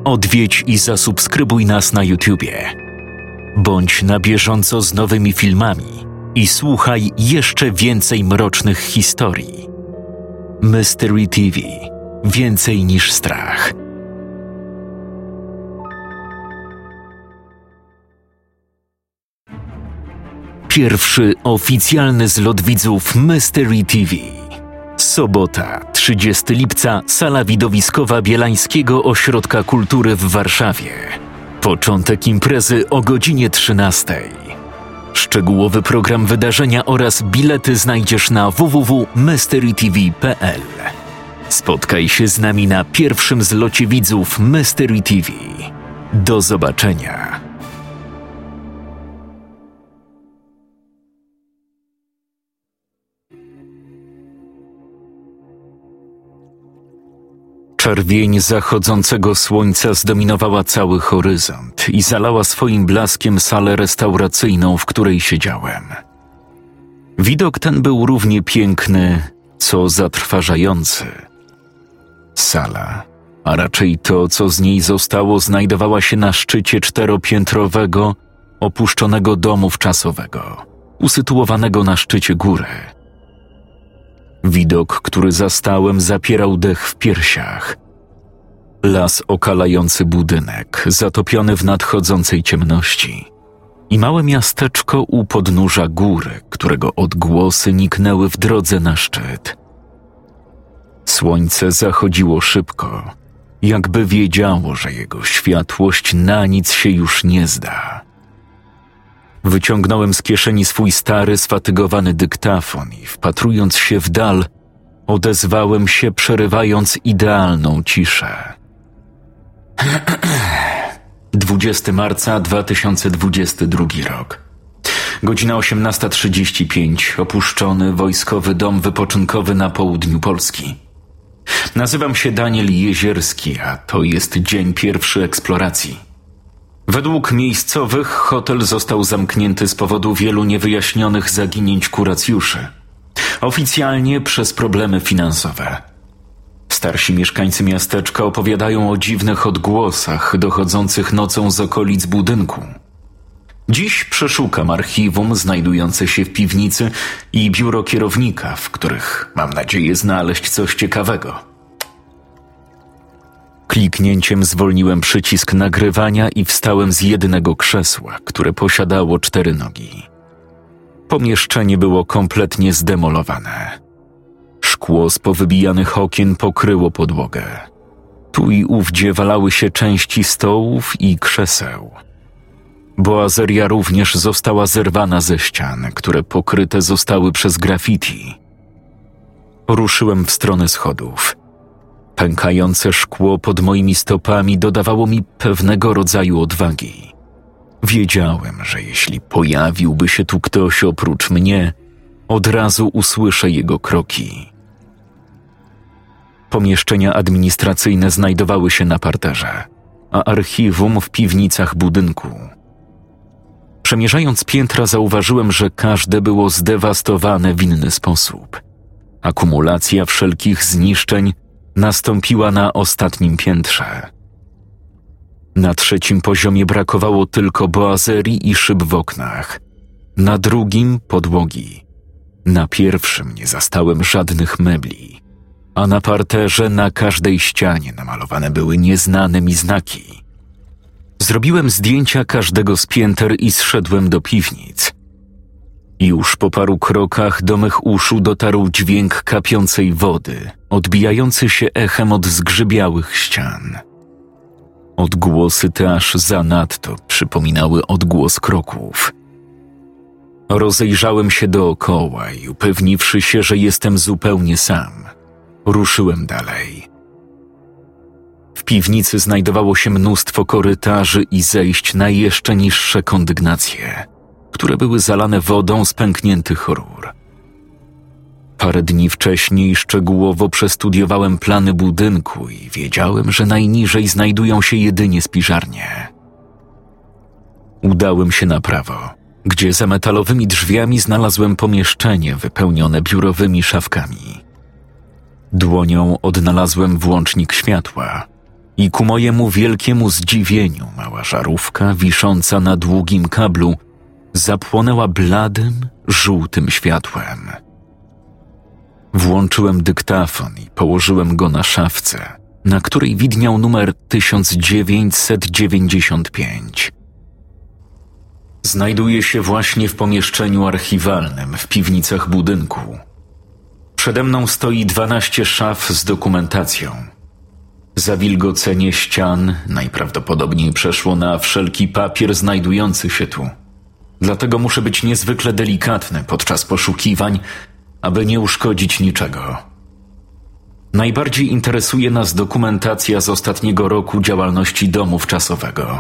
Odwiedź i zasubskrybuj nas na YouTubie. Bądź na bieżąco z nowymi filmami i słuchaj jeszcze więcej mrocznych historii. Mystery TV. Więcej niż strach. Pierwszy oficjalny zlot widzów Mystery TV. Sobota, 30 lipca, sala widowiskowa Bielańskiego Ośrodka Kultury w Warszawie. Początek imprezy o godzinie 13. Szczegółowy program wydarzenia oraz bilety znajdziesz na www.mysterytv.pl. Spotkaj się z nami na pierwszym zlocie widzów Mystery TV. Do zobaczenia. Czerwień zachodzącego słońca zdominowała cały horyzont i zalała swoim blaskiem salę restauracyjną, w której siedziałem. Widok ten był równie piękny, co zatrważający. Sala, a raczej to, co z niej zostało, znajdowała się na szczycie 4-piętrowego, opuszczonego domu wczasowego, usytuowanego na szczycie góry. Widok, który zastałem, zapierał dech w piersiach. Las okalający budynek, zatopiony w nadchodzącej ciemności. I małe miasteczko u podnóża góry, którego odgłosy niknęły w drodze na szczyt. Słońce zachodziło szybko, jakby wiedziało, że jego światłość na nic się już nie zda. Wyciągnąłem z kieszeni swój stary, sfatygowany dyktafon i wpatrując się w dal, odezwałem się, przerywając idealną ciszę. 20 marca 2022 rok. Godzina 18:35. Opuszczony wojskowy dom wypoczynkowy na południu Polski. Nazywam się Daniel Jezierski, a to jest dzień pierwszy eksploracji. Według miejscowych hotel został zamknięty z powodu wielu niewyjaśnionych zaginięć kuracjuszy. Oficjalnie przez problemy finansowe. Starsi mieszkańcy miasteczka opowiadają o dziwnych odgłosach dochodzących nocą z okolic budynku. Dziś przeszukam archiwum znajdujące się w piwnicy i biuro kierownika, w których mam nadzieję znaleźć coś ciekawego. Kliknięciem zwolniłem przycisk nagrywania i wstałem z jednego krzesła, które posiadało 4 nogi. Pomieszczenie było kompletnie zdemolowane. Szkło z powybijanych okien pokryło podłogę. Tu i ówdzie walały się części stołów i krzeseł. Boazeria również została zerwana ze ścian, które pokryte zostały przez graffiti. Ruszyłem w stronę schodów. Pękające szkło pod moimi stopami dodawało mi pewnego rodzaju odwagi. Wiedziałem, że jeśli pojawiłby się tu ktoś oprócz mnie, od razu usłyszę jego kroki. Pomieszczenia administracyjne znajdowały się na parterze, a archiwum w piwnicach budynku. Przemierzając piętra, zauważyłem, że każde było zdewastowane w inny sposób. Akumulacja wszelkich zniszczeń nastąpiła na ostatnim piętrze. Na 3. poziomie brakowało tylko boazerii i szyb w oknach. Na 2 podłogi. Na 1 nie zastałem żadnych mebli. A na parterze na każdej ścianie namalowane były nieznane mi znaki. Zrobiłem zdjęcia każdego z pięter i zszedłem do piwnic. Już po paru krokach do mych uszu dotarł dźwięk kapiącej wody, odbijający się echem od zgrzybiałych ścian. Odgłosy te aż zanadto przypominały odgłos kroków. Rozejrzałem się dookoła i upewniwszy się, że jestem zupełnie sam, ruszyłem dalej. W piwnicy znajdowało się mnóstwo korytarzy i zejść na jeszcze niższe kondygnacje, które były zalane wodą z pękniętych rur. Parę dni wcześniej szczegółowo przestudiowałem plany budynku i wiedziałem, że najniżej znajdują się jedynie spiżarnie. Udałem się na prawo, gdzie za metalowymi drzwiami znalazłem pomieszczenie wypełnione biurowymi szafkami. Dłonią odnalazłem włącznik światła. I ku mojemu wielkiemu zdziwieniu mała żarówka wisząca na długim kablu zapłonęła bladym, żółtym światłem. Włączyłem dyktafon i położyłem go na szafce, na której widniał numer 1995. Znajduje się właśnie w pomieszczeniu archiwalnym w piwnicach budynku. Przede mną stoi 12 szaf z dokumentacją. Zawilgocenie ścian najprawdopodobniej przeszło na wszelki papier znajdujący się tu. Dlatego muszę być niezwykle delikatny podczas poszukiwań, aby nie uszkodzić niczego. Najbardziej interesuje nas dokumentacja z ostatniego roku działalności domu wczasowego,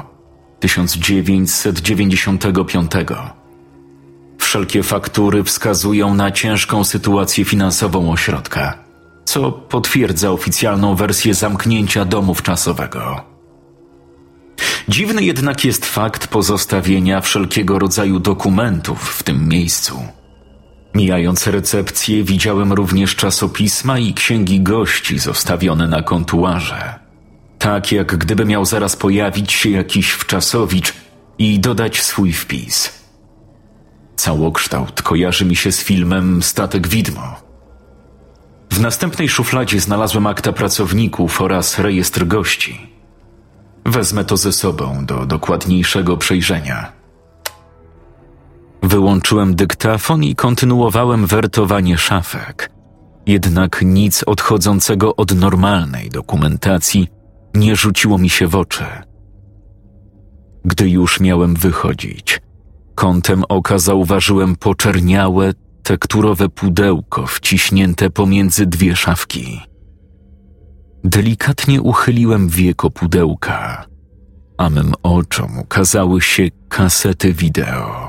1995. Wszelkie faktury wskazują na ciężką sytuację finansową ośrodka, co potwierdza oficjalną wersję zamknięcia domu wczasowego. Dziwny jednak jest fakt pozostawienia wszelkiego rodzaju dokumentów w tym miejscu. Mijając recepcję, widziałem również czasopisma i księgi gości zostawione na kontuarze. Tak jak gdyby miał zaraz pojawić się jakiś wczasowicz i dodać swój wpis. Całokształt kojarzy mi się z filmem Statek Widmo. W następnej szufladzie znalazłem akta pracowników oraz rejestr gości. Wezmę to ze sobą do dokładniejszego przejrzenia. Wyłączyłem dyktafon i kontynuowałem wertowanie szafek. Jednak nic odchodzącego od normalnej dokumentacji nie rzuciło mi się w oczy. Gdy już miałem wychodzić, kątem oka zauważyłem poczerniałe, tekturowe pudełko wciśnięte pomiędzy dwie szafki. Delikatnie uchyliłem wieko pudełka, a mym oczom ukazały się kasety wideo.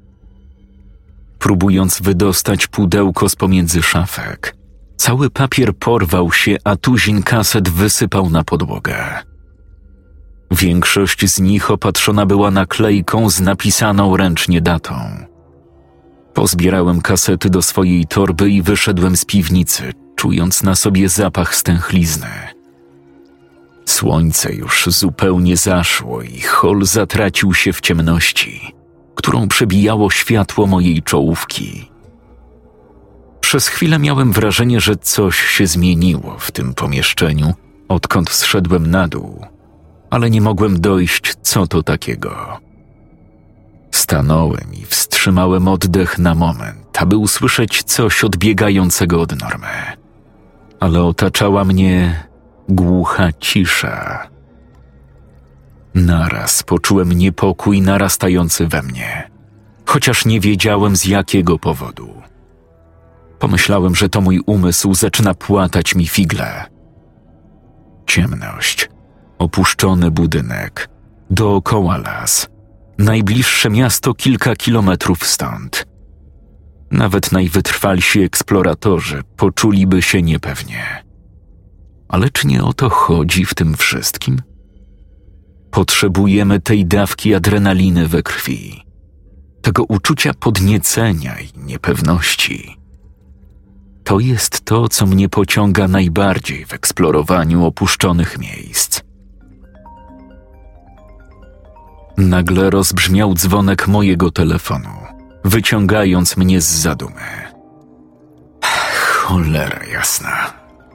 Próbując wydostać pudełko z pomiędzy szafek, cały papier porwał się, a tuzin kaset wysypał na podłogę. Większość z nich opatrzona była naklejką z napisaną ręcznie datą. Pozbierałem kasety do swojej torby i wyszedłem z piwnicy, czując na sobie zapach stęchlizny. Słońce już zupełnie zaszło i hol zatracił się w ciemności, którą przebijało światło mojej czołówki. Przez chwilę miałem wrażenie, że coś się zmieniło w tym pomieszczeniu, odkąd zszedłem na dół, ale nie mogłem dojść, co to takiego. Stanąłem i wstrzymałem oddech na moment, aby usłyszeć coś odbiegającego od normy. Ale otaczała mnie głucha cisza. Naraz poczułem niepokój narastający we mnie, chociaż nie wiedziałem z jakiego powodu. Pomyślałem, że to mój umysł zaczyna płatać mi figle. Ciemność, opuszczony budynek, dookoła las, najbliższe miasto kilka kilometrów stąd. Nawet najwytrwalsi eksploratorzy poczuliby się niepewnie. Ale czy nie o to chodzi w tym wszystkim? Potrzebujemy tej dawki adrenaliny we krwi, tego uczucia podniecenia i niepewności. To jest to, co mnie pociąga najbardziej w eksplorowaniu opuszczonych miejsc. Nagle rozbrzmiał dzwonek mojego telefonu, wyciągając mnie z zadumy. Cholera jasna.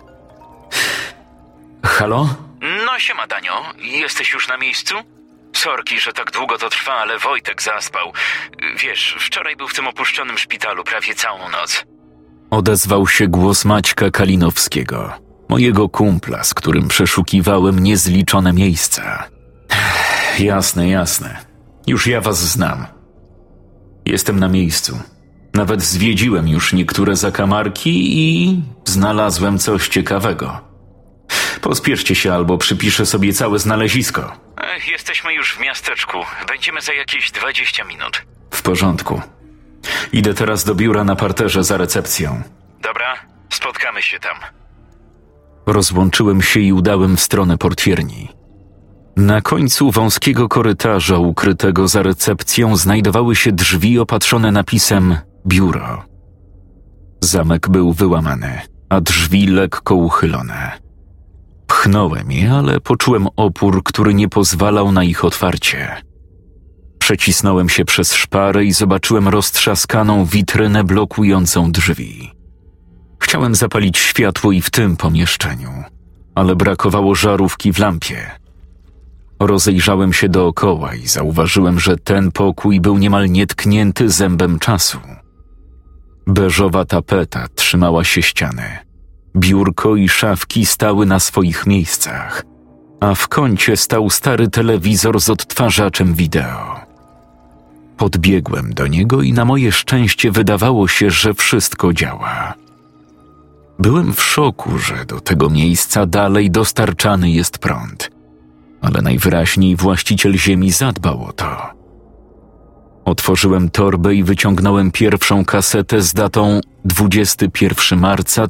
Halo? No siema, Danio. Jesteś już na miejscu? Sorki, że tak długo to trwa, ale Wojtek zaspał. Wiesz, wczoraj był w tym opuszczonym szpitalu prawie całą noc. Odezwał się głos Maćka Kalinowskiego, mojego kumpla, z którym przeszukiwałem niezliczone miejsca. Jasne. Już ja was znam. Jestem na miejscu. Nawet zwiedziłem już niektóre zakamarki i znalazłem coś ciekawego. Pospieszcie się albo przypiszę sobie całe znalezisko. Jesteśmy już w miasteczku. Będziemy za jakieś 20 minut. W porządku. Idę teraz do biura na parterze za recepcją. Dobra, spotkamy się tam. Rozłączyłem się i udałem w stronę portierni. Na końcu wąskiego korytarza ukrytego za recepcją znajdowały się drzwi opatrzone napisem biuro. Zamek był wyłamany, a drzwi lekko uchylone. Pchnąłem je, ale poczułem opór, który nie pozwalał na ich otwarcie. Przecisnąłem się przez szparę i zobaczyłem roztrzaskaną witrynę blokującą drzwi. Chciałem zapalić światło i w tym pomieszczeniu, ale brakowało żarówki w lampie. Rozejrzałem się dookoła i zauważyłem, że ten pokój był niemal nietknięty zębem czasu. Beżowa tapeta trzymała się ściany. Biurko i szafki stały na swoich miejscach, a w kącie stał stary telewizor z odtwarzaczem wideo. Podbiegłem do niego i na moje szczęście wydawało się, że wszystko działa. Byłem w szoku, że do tego miejsca dalej dostarczany jest prąd, ale najwyraźniej właściciel ziemi zadbał o to. Otworzyłem torbę i wyciągnąłem pierwszą kasetę z datą 21 marca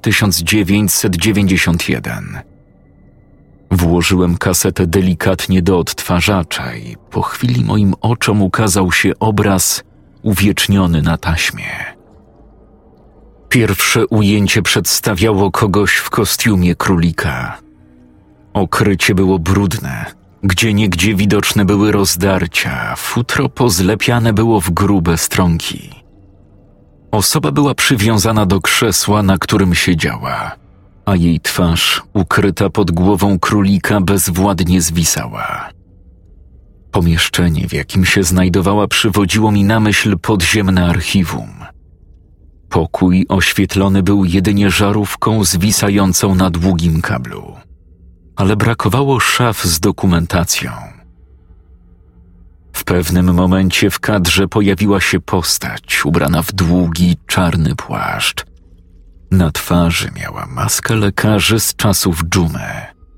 1991. Włożyłem kasetę delikatnie do odtwarzacza i po chwili moim oczom ukazał się obraz uwieczniony na taśmie. Pierwsze ujęcie przedstawiało kogoś w kostiumie królika. Okrycie było brudne, gdzieniegdzie widoczne były rozdarcia, futro pozlepiane było w grube stronki. Osoba była przywiązana do krzesła, na którym siedziała, a jej twarz, ukryta pod głową królika, bezwładnie zwisała. Pomieszczenie, w jakim się znajdowała, przywodziło mi na myśl podziemne archiwum. Pokój oświetlony był jedynie żarówką zwisającą na długim kablu, ale brakowało szaf z dokumentacją. W pewnym momencie w kadrze pojawiła się postać ubrana w długi, czarny płaszcz. Na twarzy miała maskę lekarzy z czasów dżumy.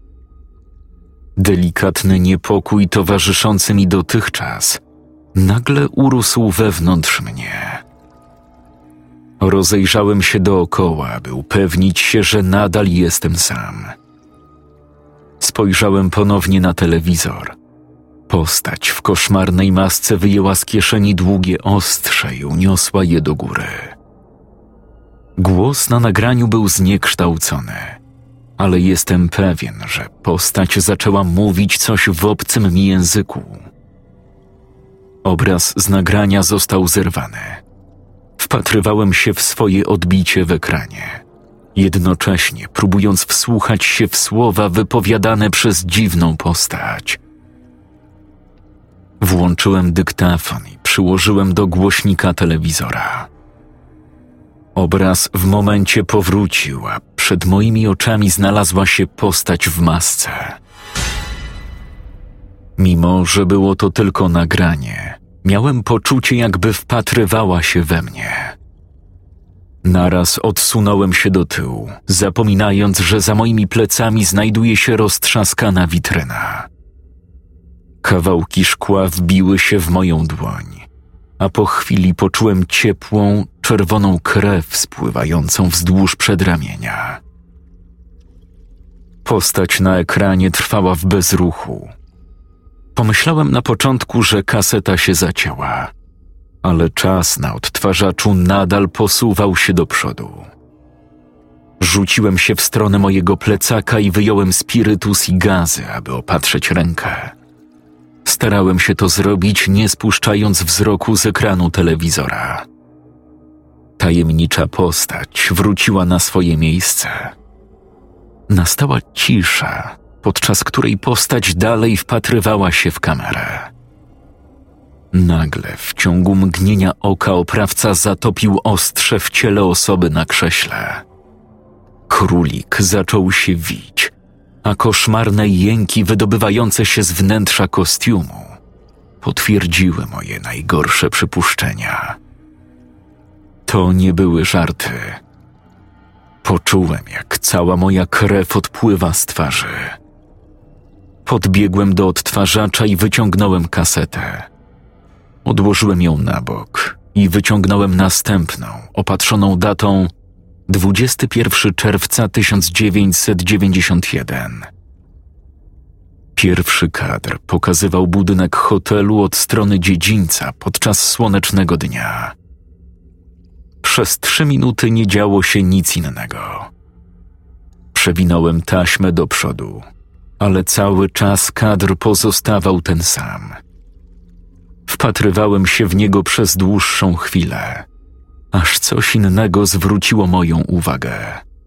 Delikatny niepokój towarzyszący mi dotychczas nagle urósł wewnątrz mnie. Rozejrzałem się dookoła, by upewnić się, że nadal jestem sam. Spojrzałem ponownie na telewizor. Postać w koszmarnej masce wyjęła z kieszeni długie ostrze i uniosła je do góry. Głos na nagraniu był zniekształcony, ale jestem pewien, że postać zaczęła mówić coś w obcym mi języku. Obraz z nagrania został zerwany. Wpatrywałem się w swoje odbicie w ekranie, jednocześnie próbując wsłuchać się w słowa wypowiadane przez dziwną postać. Włączyłem dyktafon i przyłożyłem do głośnika telewizora. Obraz w momencie powrócił, a przed moimi oczami znalazła się postać w masce. Mimo że było to tylko nagranie, miałem poczucie, jakby wpatrywała się we mnie. Naraz odsunąłem się do tyłu, zapominając, że za moimi plecami znajduje się roztrzaskana witryna. Kawałki szkła wbiły się w moją dłoń, a po chwili poczułem ciepłą, czerwoną krew spływającą wzdłuż przedramienia. Postać na ekranie trwała w bezruchu. Pomyślałem na początku, że kaseta się zacięła, ale czas na odtwarzaczu nadal posuwał się do przodu. Rzuciłem się w stronę mojego plecaka i wyjąłem spirytus i gazy, aby opatrzyć rękę. Starałem się to zrobić, nie spuszczając wzroku z ekranu telewizora. Tajemnicza postać wróciła na swoje miejsce. Nastała cisza, podczas której postać dalej wpatrywała się w kamerę. Nagle, w ciągu mgnienia oka, oprawca zatopił ostrze w ciele osoby na krześle. Królik zaczął się wić, a koszmarne jęki wydobywające się z wnętrza kostiumu potwierdziły moje najgorsze przypuszczenia. To nie były żarty. Poczułem, jak cała moja krew odpływa z twarzy. Podbiegłem do odtwarzacza i wyciągnąłem kasetę. Odłożyłem ją na bok i wyciągnąłem następną, opatrzoną datą 21 czerwca 1991. Pierwszy kadr pokazywał budynek hotelu od strony dziedzińca podczas słonecznego dnia. Przez 3 minuty nie działo się nic innego. Przewinąłem taśmę do przodu, ale cały czas kadr pozostawał ten sam. Wpatrywałem się w niego przez dłuższą chwilę, aż coś innego zwróciło moją uwagę.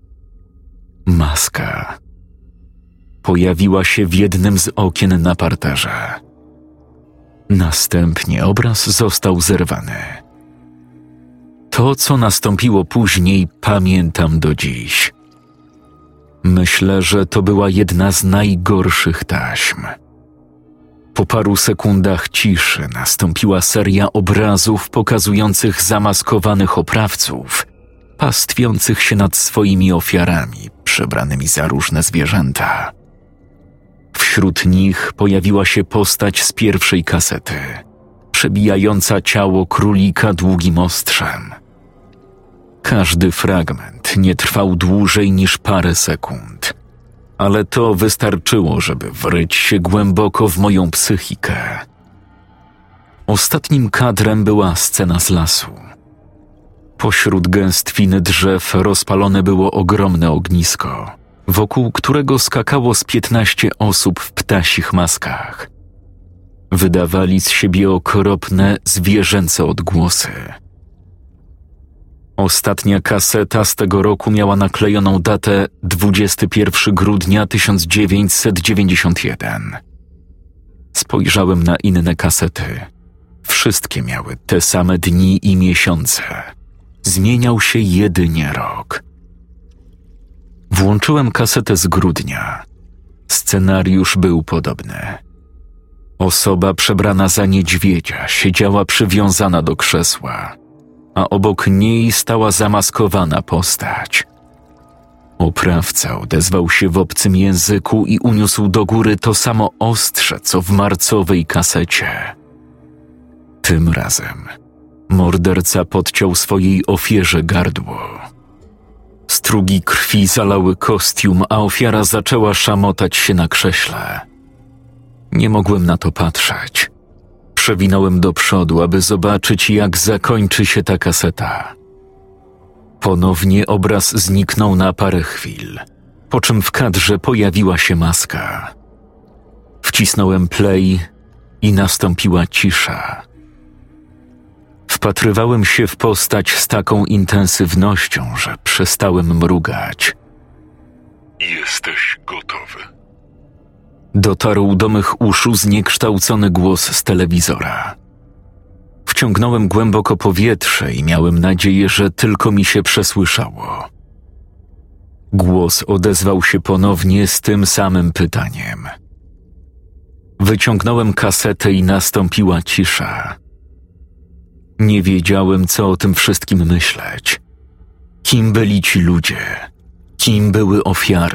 Maska pojawiła się w jednym z okien na parterze. Następnie obraz został zerwany. To, co nastąpiło później, pamiętam do dziś. Myślę, że to była jedna z najgorszych taśm. Po paru sekundach ciszy nastąpiła seria obrazów pokazujących zamaskowanych oprawców, pastwiących się nad swoimi ofiarami, przebranymi za różne zwierzęta. Wśród nich pojawiła się postać z pierwszej kasety, przebijająca ciało królika długim ostrzem. Każdy fragment nie trwał dłużej niż parę sekund, ale to wystarczyło, żeby wryć się głęboko w moją psychikę. Ostatnim kadrem była scena z lasu. Pośród gęstwiny drzew rozpalone było ogromne ognisko, wokół którego skakało z 15 osób w ptasich maskach. Wydawali z siebie okropne, zwierzęce odgłosy. Ostatnia kaseta z tego roku miała naklejoną datę 21 grudnia 1991. Spojrzałem na inne kasety. Wszystkie miały te same dni i miesiące. Zmieniał się jedynie rok. Włączyłem kasetę z grudnia. Scenariusz był podobny. Osoba przebrana za niedźwiedzia siedziała przywiązana do krzesła, a obok niej stała zamaskowana postać. Oprawca odezwał się w obcym języku i uniósł do góry to samo ostrze, co w marcowej kasecie. Tym razem morderca podciął swojej ofierze gardło. Strugi krwi zalały kostium, a ofiara zaczęła szamotać się na krześle. Nie mogłem na to patrzeć. Przewinąłem do przodu, aby zobaczyć, jak zakończy się ta kaseta. Ponownie obraz zniknął na parę chwil, po czym w kadrze pojawiła się maska. Wcisnąłem play i nastąpiła cisza. Wpatrywałem się w postać z taką intensywnością, że przestałem mrugać. Jesteś gotowy? Dotarł do mych uszu zniekształcony głos z telewizora. Wciągnąłem głęboko powietrze i miałem nadzieję, że tylko mi się przesłyszało. Głos odezwał się ponownie z tym samym pytaniem. Wyciągnąłem kasetę i nastąpiła cisza. Nie wiedziałem, co o tym wszystkim myśleć. Kim byli ci ludzie? Kim były ofiary?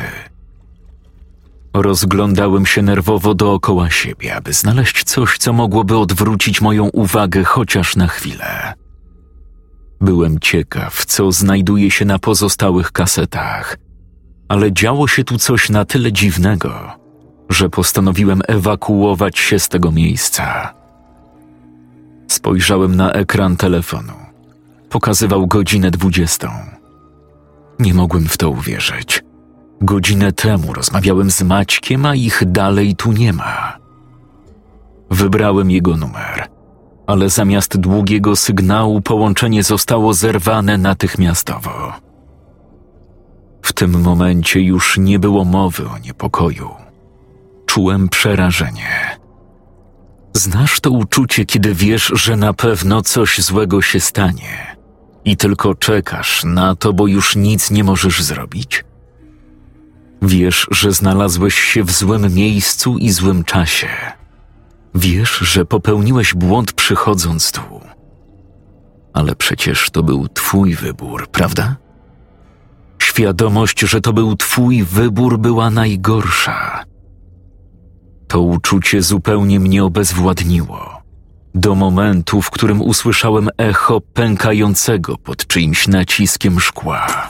Rozglądałem się nerwowo dookoła siebie, aby znaleźć coś, co mogłoby odwrócić moją uwagę chociaż na chwilę. Byłem ciekaw, co znajduje się na pozostałych kasetach, ale działo się tu coś na tyle dziwnego, że postanowiłem ewakuować się z tego miejsca. Spojrzałem na ekran telefonu. Pokazywał godzinę 20. Nie mogłem w to uwierzyć. Godzinę temu rozmawiałem z Maćkiem, a ich dalej tu nie ma. Wybrałem jego numer, ale zamiast długiego sygnału połączenie zostało zerwane natychmiastowo. W tym momencie już nie było mowy o niepokoju. Czułem przerażenie. Znasz to uczucie, kiedy wiesz, że na pewno coś złego się stanie i tylko czekasz na to, bo już nic nie możesz zrobić? Wiesz, że znalazłeś się w złym miejscu i złym czasie. Wiesz, że popełniłeś błąd przychodząc tu. Ale przecież to był twój wybór, prawda? Świadomość, że to był twój wybór, była najgorsza. To uczucie zupełnie mnie obezwładniło. Do momentu, w którym usłyszałem echo pękającego pod czyimś naciskiem szkła.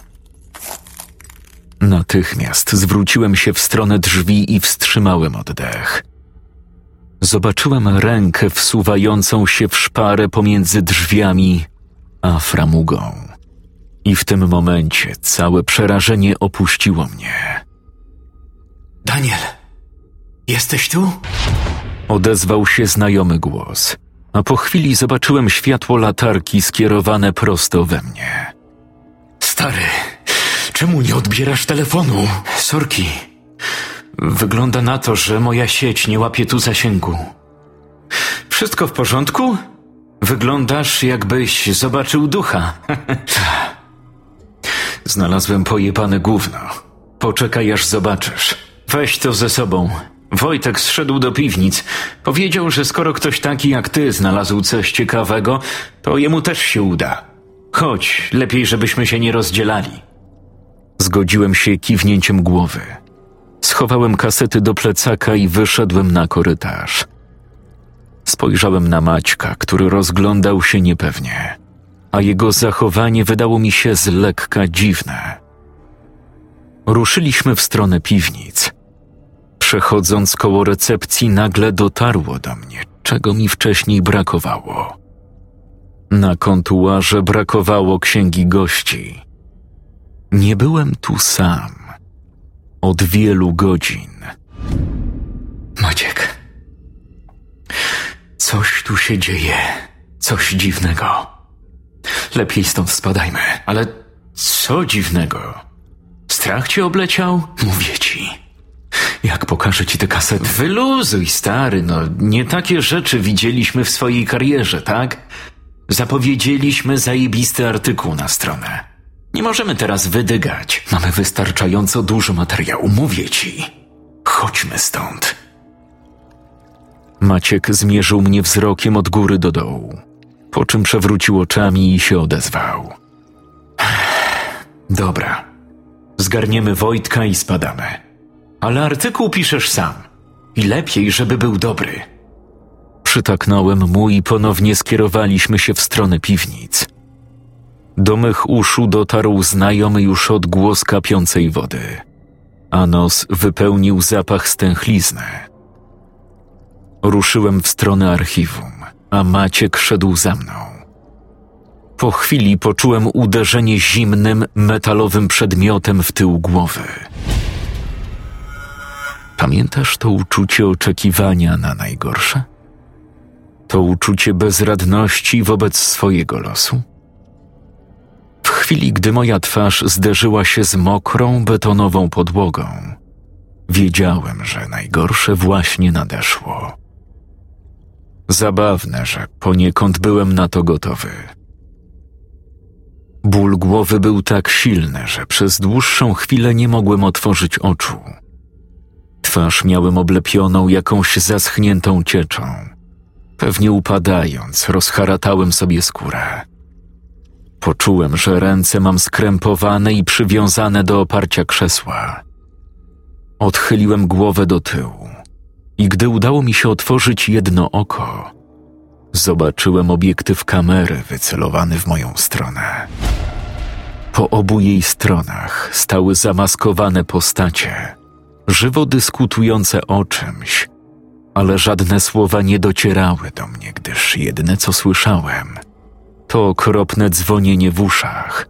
Natychmiast zwróciłem się w stronę drzwi i wstrzymałem oddech. Zobaczyłem rękę wsuwającą się w szparę pomiędzy drzwiami a framugą. I w tym momencie całe przerażenie opuściło mnie. Daniel, jesteś tu? Odezwał się znajomy głos, a po chwili zobaczyłem światło latarki skierowane prosto we mnie. Stary, czemu nie odbierasz telefonu? Sorki, wygląda na to, że moja sieć nie łapie tu zasięgu. Wszystko w porządku? Wyglądasz, jakbyś zobaczył ducha. Znalazłem pojebane gówno. Poczekaj, aż zobaczysz. Weź to ze sobą. Wojtek zszedł do piwnic. Powiedział, że skoro ktoś taki jak ty znalazł coś ciekawego, to jemu też się uda. Chodź, lepiej żebyśmy się nie rozdzielali. Zgodziłem się kiwnięciem głowy. Schowałem kasety do plecaka i wyszedłem na korytarz. Spojrzałem na Maćka, który rozglądał się niepewnie, a jego zachowanie wydało mi się z lekka dziwne. Ruszyliśmy w stronę piwnic. Przechodząc koło recepcji, nagle dotarło do mnie, czego mi wcześniej brakowało. Na kontuarze brakowało księgi gości. Nie byłem tu sam. Od wielu godzin. Maciek, coś tu się dzieje. Coś dziwnego. Lepiej stąd spadajmy. Ale co dziwnego? Strach cię obleciał? Mówię ci. Jak pokażę ci te kasety... Wyluzuj, stary, nie takie rzeczy widzieliśmy w swojej karierze, tak? Zapowiedzieliśmy zajebisty artykuł na stronę. Nie możemy teraz wydygać. Mamy wystarczająco dużo materiału, mówię ci. Chodźmy stąd. Maciek zmierzył mnie wzrokiem od góry do dołu, po czym przewrócił oczami i się odezwał. Dobra, zgarniemy Wojtka i spadamy. Ale artykuł piszesz sam. I lepiej, żeby był dobry. Przytaknąłem mu i ponownie skierowaliśmy się w stronę piwnic. Do mych uszu dotarł znajomy już odgłos kapiącej wody, a nos wypełnił zapach stęchlizny. Ruszyłem w stronę archiwum, a Maciek szedł za mną. Po chwili poczułem uderzenie zimnym, metalowym przedmiotem w tył głowy. Pamiętasz to uczucie oczekiwania na najgorsze? To uczucie bezradności wobec swojego losu? W chwili, gdy moja twarz zderzyła się z mokrą, betonową podłogą, wiedziałem, że najgorsze właśnie nadeszło. Zabawne, że poniekąd byłem na to gotowy. Ból głowy był tak silny, że przez dłuższą chwilę nie mogłem otworzyć oczu. Twarz miałem oblepioną jakąś zaschniętą cieczą. Pewnie upadając, rozharatałem sobie skórę. Poczułem, że ręce mam skrępowane i przywiązane do oparcia krzesła. Odchyliłem głowę do tyłu i gdy udało mi się otworzyć jedno oko, zobaczyłem obiektyw kamery wycelowany w moją stronę. Po obu jej stronach stały zamaskowane postacie, żywo dyskutujące o czymś, ale żadne słowa nie docierały do mnie, gdyż jedyne co słyszałem to okropne dzwonienie w uszach.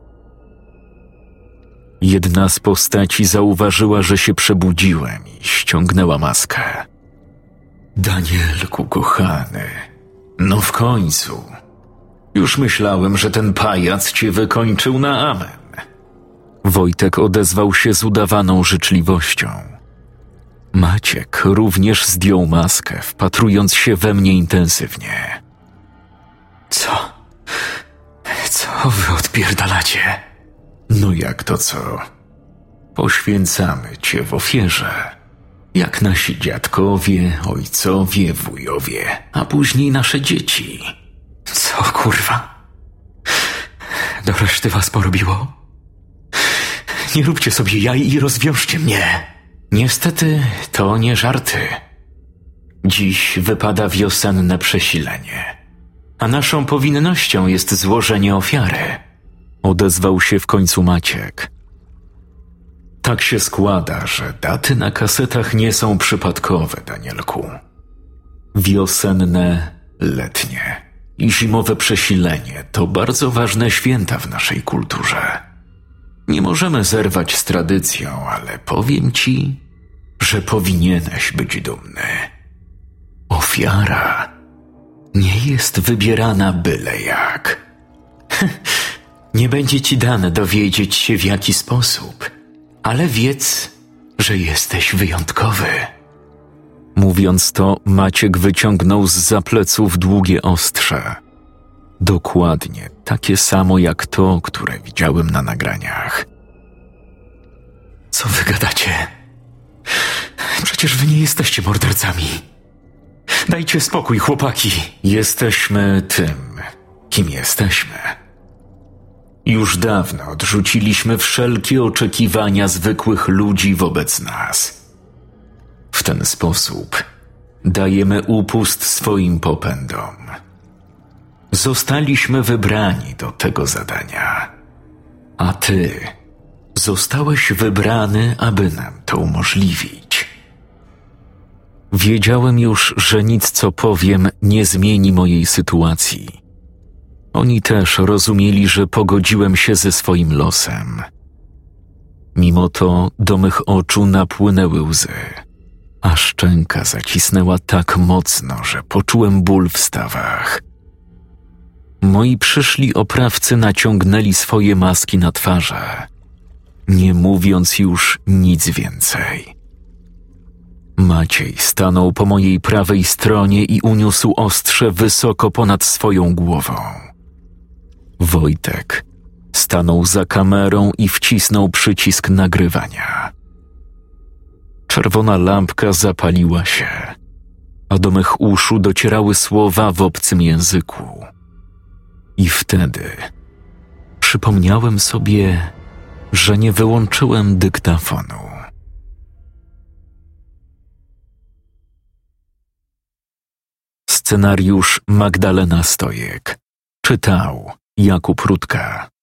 Jedna z postaci zauważyła, że się przebudziłem i ściągnęła maskę. Danielku, kochany, no w końcu. Już myślałem, że ten pajac cię wykończył na amen. Wojtek odezwał się z udawaną życzliwością. Maciek również zdjął maskę, wpatrując się we mnie intensywnie. Co wy odpierdalacie? No jak to co? Poświęcamy cię w ofierze. Jak nasi dziadkowie, ojcowie, wujowie, a później nasze dzieci. Co kurwa? Do reszty was porobiło? Nie róbcie sobie jaj i rozwiążcie mnie. Niestety to nie żarty. Dziś wypada wiosenne przesilenie, a naszą powinnością jest złożenie ofiary. Odezwał się w końcu Maciek. Tak się składa, że daty na kasetach nie są przypadkowe, Danielku. Wiosenne, letnie i zimowe przesilenie to bardzo ważne święta w naszej kulturze. Nie możemy zerwać z tradycją, ale powiem ci, że powinieneś być dumny. Ofiara nie jest wybierana byle jak. Nie będzie ci dane dowiedzieć się w jaki sposób, ale wiedz, że jesteś wyjątkowy. Mówiąc to, Maciek wyciągnął zza pleców długie ostrze. Dokładnie takie samo jak to, które widziałem na nagraniach. Co wy gadacie? Przecież wy nie jesteście mordercami. Dajcie spokój, chłopaki. Jesteśmy tym, kim jesteśmy. Już dawno odrzuciliśmy wszelkie oczekiwania zwykłych ludzi wobec nas. W ten sposób dajemy upust swoim popędom. Zostaliśmy wybrani do tego zadania, a ty zostałeś wybrany, aby nam to umożliwić. Wiedziałem już, że nic co powiem nie zmieni mojej sytuacji. Oni też rozumieli, że pogodziłem się ze swoim losem. Mimo to do mych oczu napłynęły łzy, a szczęka zacisnęła tak mocno, że poczułem ból w stawach. Moi przyszli oprawcy naciągnęli swoje maski na twarze, nie mówiąc już nic więcej. Maciej stanął po mojej prawej stronie i uniósł ostrze wysoko ponad swoją głową. Wojtek stanął za kamerą i wcisnął przycisk nagrywania. Czerwona lampka zapaliła się, a do mych uszu docierały słowa w obcym języku. I wtedy przypomniałem sobie, że nie wyłączyłem dyktafonu. Scenariusz Magdalena Stojek. Czytał Jakub Rutka.